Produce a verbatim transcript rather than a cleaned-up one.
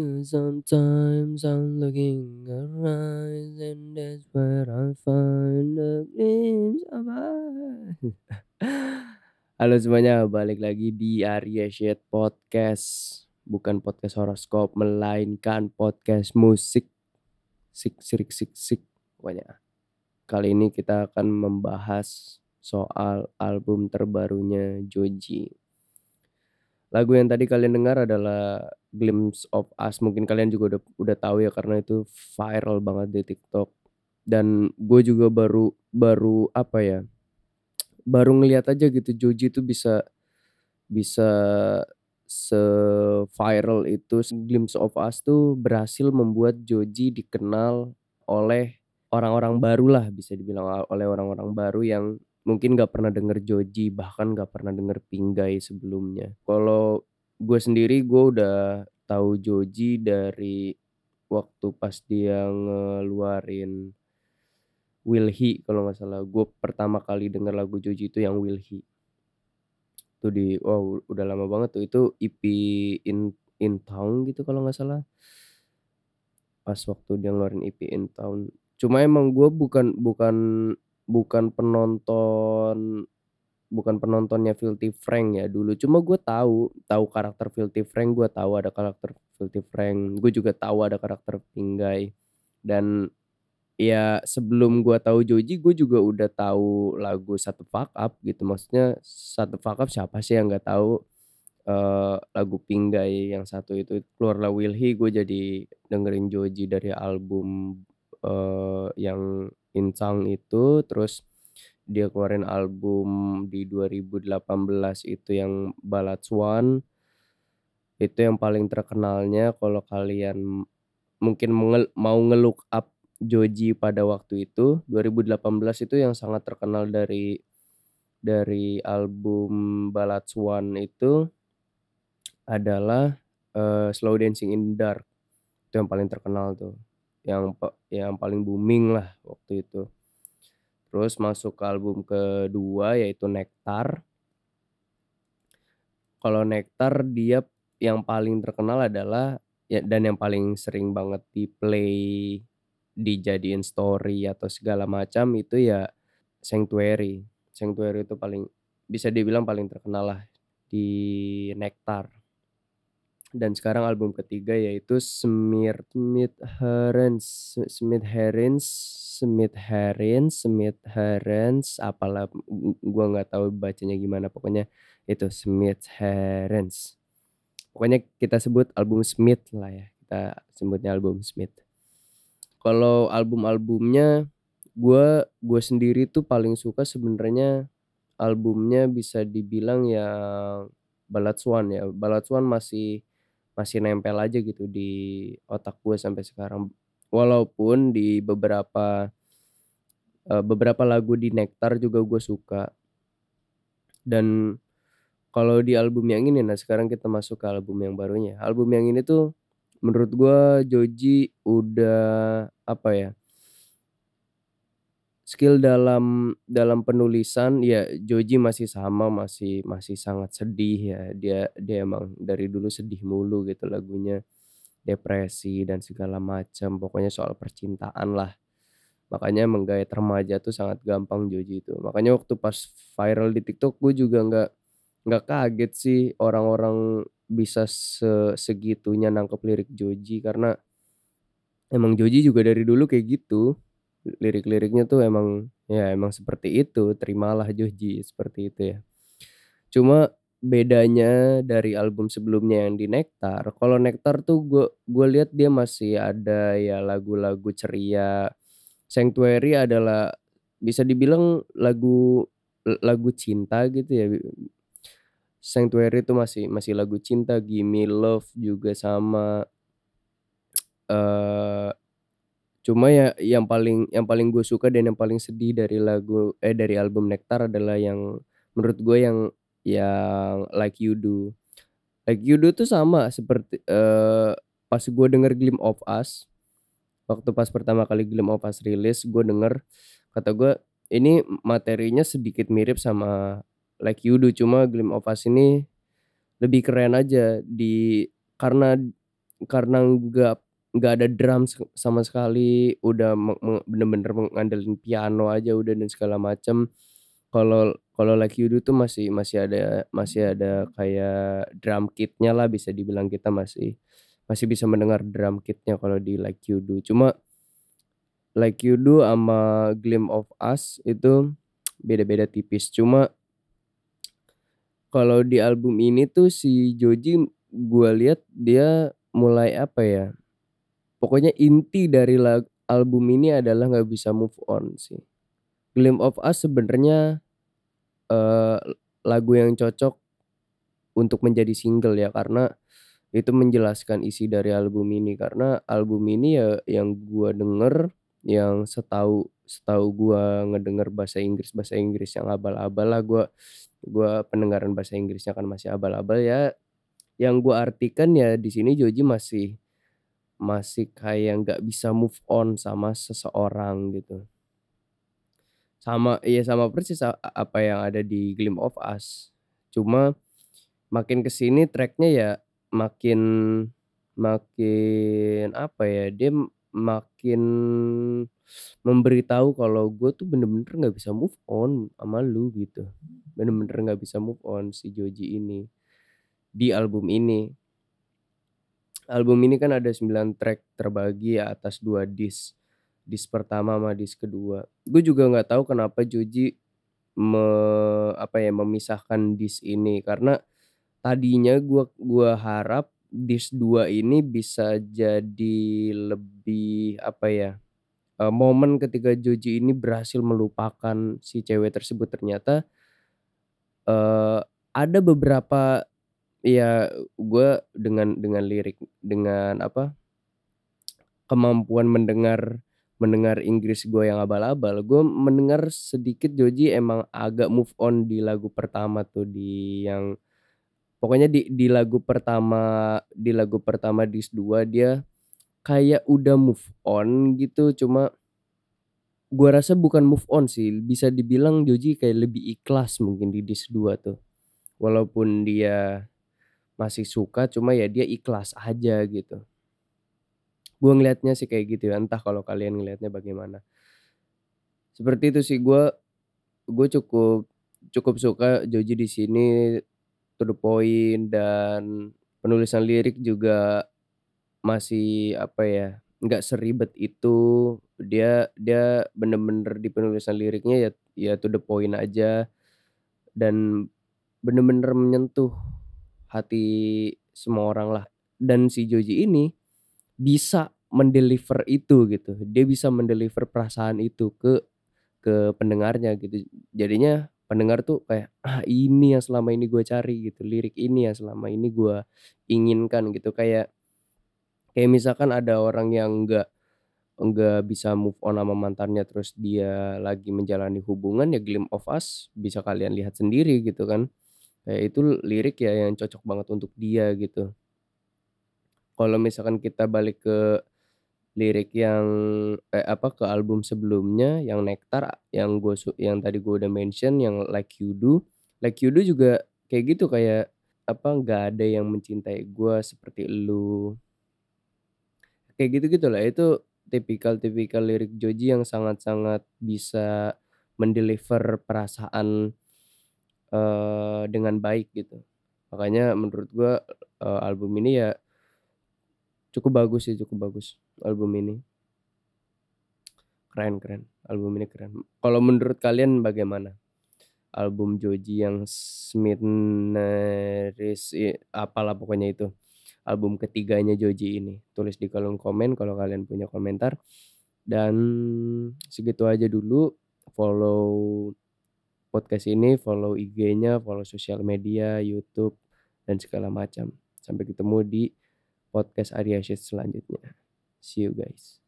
'Cause sometimes I'm looking around and that's where I find a glimpse of us. Halo semuanya, balik lagi di Arya Shade Podcast. Bukan podcast horoskop, melainkan podcast musik. Sik, sirik, sik, sik. Pokoknya. Kali ini kita akan membahas soal album terbarunya Joji. Lagu yang tadi kalian dengar adalah Glimpse of Us. Mungkin kalian juga udah udah tahu ya karena itu viral banget di TikTok. Dan gue juga baru baru apa ya? Baru ngeliat aja gitu Joji itu bisa bisa se-viral itu. Glimpse of Us tuh berhasil membuat Joji dikenal oleh orang-orang baru lah, bisa dibilang oleh orang-orang baru yang mungkin gak pernah denger Joji, bahkan gak pernah denger Pinggai sebelumnya. Kalau gue sendiri, gue udah tahu Joji dari waktu pas dia ngeluarin Wilhy kalau nggak salah. Gue pertama kali denger lagu Joji itu yang Wilhy. Itu di wow udah lama banget tuh, itu E P In In Town gitu kalau nggak salah. Pas waktu dia ngeluarin E P In Town. Cuma emang gue bukan bukan bukan penonton bukan penontonnya Filthy Frank ya dulu. Cuma gue tahu tahu karakter Filthy Frank, gue tahu ada karakter Filthy Frank. Gue juga tahu ada karakter Pinggai. Dan ya sebelum gue tahu Joji, gue juga udah tahu lagu Shut the Fuck Up gitu. Maksudnya Shut the Fuck Up siapa sih yang nggak tahu uh, lagu Pinggai yang satu itu. Keluarlah Wilhy, gue jadi dengerin Joji dari album uh, yang Insang itu. Terus dia keluarin album di dua ribu delapan belas itu yang Ballad Swan. Itu yang paling terkenalnya kalau kalian mungkin mengel- mau nge-look up Joji pada waktu itu. dua ribu delapan belas itu yang sangat terkenal dari dari album Ballad Swan itu adalah uh, Slow Dancing in the Dark. Itu yang paling terkenal tuh. Yang yang paling booming lah waktu itu. Terus masuk ke album kedua yaitu Nektar. Kalau Nektar dia yang paling terkenal adalah ya, dan yang paling sering banget di play, dijadiin story atau segala macam itu ya Sanctuary. Sanctuary itu paling bisa dibilang paling terkenal lah di Nektar. Dan sekarang album ketiga yaitu Smith Smith Herens Smith Herens Smith Herens Smith Herens apalah gua nggak tahu bacanya gimana, pokoknya itu Smith Herens. Pokoknya kita sebut album Smith lah ya. Kita sebutnya album Smith. Kalau album-albumnya gua gua sendiri tuh paling suka sebenarnya albumnya bisa dibilang yang Ballad Swan ya. Ballad Swan masih masih nempel aja gitu di otak gue sampai sekarang. Walaupun di beberapa uh, beberapa lagu di Nektar juga gue suka. Dan kalau di album yang ini, nah sekarang kita masuk ke album yang barunya. Album yang ini tuh menurut gue Joji udah apa ya? Skill dalam dalam penulisan ya Joji masih sama, masih masih sangat sedih ya. Dia dia emang dari dulu sedih mulu gitu lagunya. Depresi dan segala macam, pokoknya soal percintaan lah. Makanya menggait remaja tuh sangat gampang Joji itu. Makanya waktu pas viral di TikTok gue juga nggak nggak kaget sih orang-orang bisa se segitunya nangkep lirik Joji, karena emang Joji juga dari dulu kayak gitu. Lirik-liriknya tuh emang ya emang seperti itu, terimalah Joji seperti itu ya. Cuma bedanya dari album sebelumnya yang di Nektar, kalau Nektar tuh gue gue lihat dia masih ada ya lagu-lagu ceria. Sanctuary adalah bisa dibilang lagu lagu cinta gitu ya. Sanctuary itu masih masih lagu cinta, Gimme Love juga sama. Uh, Cuma ya yang paling yang paling gue suka dan yang paling sedih dari lagu eh dari album Nektar adalah yang menurut gue yang yang Like You Do. Like You Do tuh sama seperti uh, pas gue denger Glimpse of Us. Waktu pas pertama kali Glimpse of Us rilis, gue denger, kata gue ini materinya sedikit mirip sama Like You Do, cuma Glimpse of Us ini lebih keren aja di karena karena nggak nggak ada drum s sama sekali, udah me me bener-bener ngandelin piano aja udah dan segala macem. Kalau kalau Like You Do tuh masih masih ada masih ada kayak drum kit-nya lah bisa dibilang kita masih masih bisa mendengar drum kit-nya kalau di Like You Do. Cuma Like You Do sama Glimpse of Us itu beda-beda tipis. Cuma kalau di album ini tuh si Joji gua lihat dia mulai apa ya, pokoknya inti dari lag album ini adalah nggak bisa move on sih. Glimpse of Us sebenarnya, eee, lagu yang cocok untuk menjadi single ya, karena itu menjelaskan isi dari album ini. Karena album ini ya yang gua denger, yang setahu setahu gua ngedenger bahasa Inggris bahasa Inggris yang abal-abal lah, gua gua pendengaran bahasa Inggrisnya kan masih abal-abal ya, yang gua artikan ya di sini Joji masih masih kayak nggak bisa move on sama seseorang gitu. Sama iya sama persis a apa yang ada di Glimpse of Us. Cuma makin ke sini track-nya ya makin makin apa ya, dia makin memberitahu kalau gue tuh bener-bener nggak bisa move on sama lu gitu. Bener-bener nggak bisa move on si Joji ini, di album ini. Album ini kan ada sembilan track terbagi ya atas dua disk. Disk pertama sama disk kedua. Gue juga nggak tahu kenapa Joji me apa ya, memisahkan disk ini, karena tadinya gua gua harap disk dua ini bisa jadi lebih apa ya, eee, momen ketika Joji ini berhasil melupakan si cewek tersebut. Ternyata, eee, ada beberapa ya gua dengan dengan lirik dengan apa, kemampuan mendengar mendengar Inggris gua yang abal-abal, gua mendengar sedikit Joji emang agak move on di lagu pertama tuh, di yang pokoknya di di lagu pertama di lagu pertama disk dua dia kayak udah move on gitu. Cuma gua rasa bukan move on sih, bisa dibilang Joji kayak lebih ikhlas mungkin di disk dua tuh. Walaupun dia masih suka, cuma ya dia ikhlas aja gitu. Gua ngelihatnya sih kayak gitu ya, entah kalau kalian ngelihatnya bagaimana. Seperti itu sih, gua gue cukup cukup suka Joji di sini, to the point, dan penulisan lirik juga masih apa ya, nggak seribet itu. Dia dia bener-bener di penulisan liriknya ya ya to the point aja, dan bener-bener menyentuh hati semua orang lah. Dan si Joji ini bisa mendeliver itu gitu, dia bisa mendeliver perasaan itu ke ke pendengarnya gitu. Jadinya pendengar tuh kayak, "Ah ini yang selama ini gue cari," gitu, "lirik ini yang selama ini gue inginkan," gitu. Kayak kayak misalkan ada orang yang nggak nggak bisa move on sama mantannya, terus dia lagi menjalani hubungan, ya Glimpse of Us bisa kalian lihat sendiri gitu kan. Kayak itu lirik ya yang cocok banget untuk dia gitu. Kalau misalkan kita balik ke lirik yang eh, apa, ke album sebelumnya yang Nektar, yang gue su yang tadi gue udah mention yang Like You Do. Like You Do juga kayak gitu, kayak apa, nggak ada yang mencintai gue seperti elu. Kayak gitu-gitulah, itu tipikal-tipikal lirik Joji yang sangat-sangat bisa mendeliver perasaan, eee, dengan baik gitu. Makanya menurut gua, eee, album ini ya cukup bagus sih, cukup bagus album ini. Keren keren, album ini keren. Kalau menurut kalian bagaimana? Album Joji yang Smithneris i apalah pokoknya itu, album ketiganya Joji ini. Tulis di kolom komen kalau kalian punya komentar. Dan segitu aja dulu, follow podcast ini, follow I G-nya, follow sosial media, YouTube, dan segala macam. Sampai ketemu di podcast Arya Syed selanjutnya. See you guys.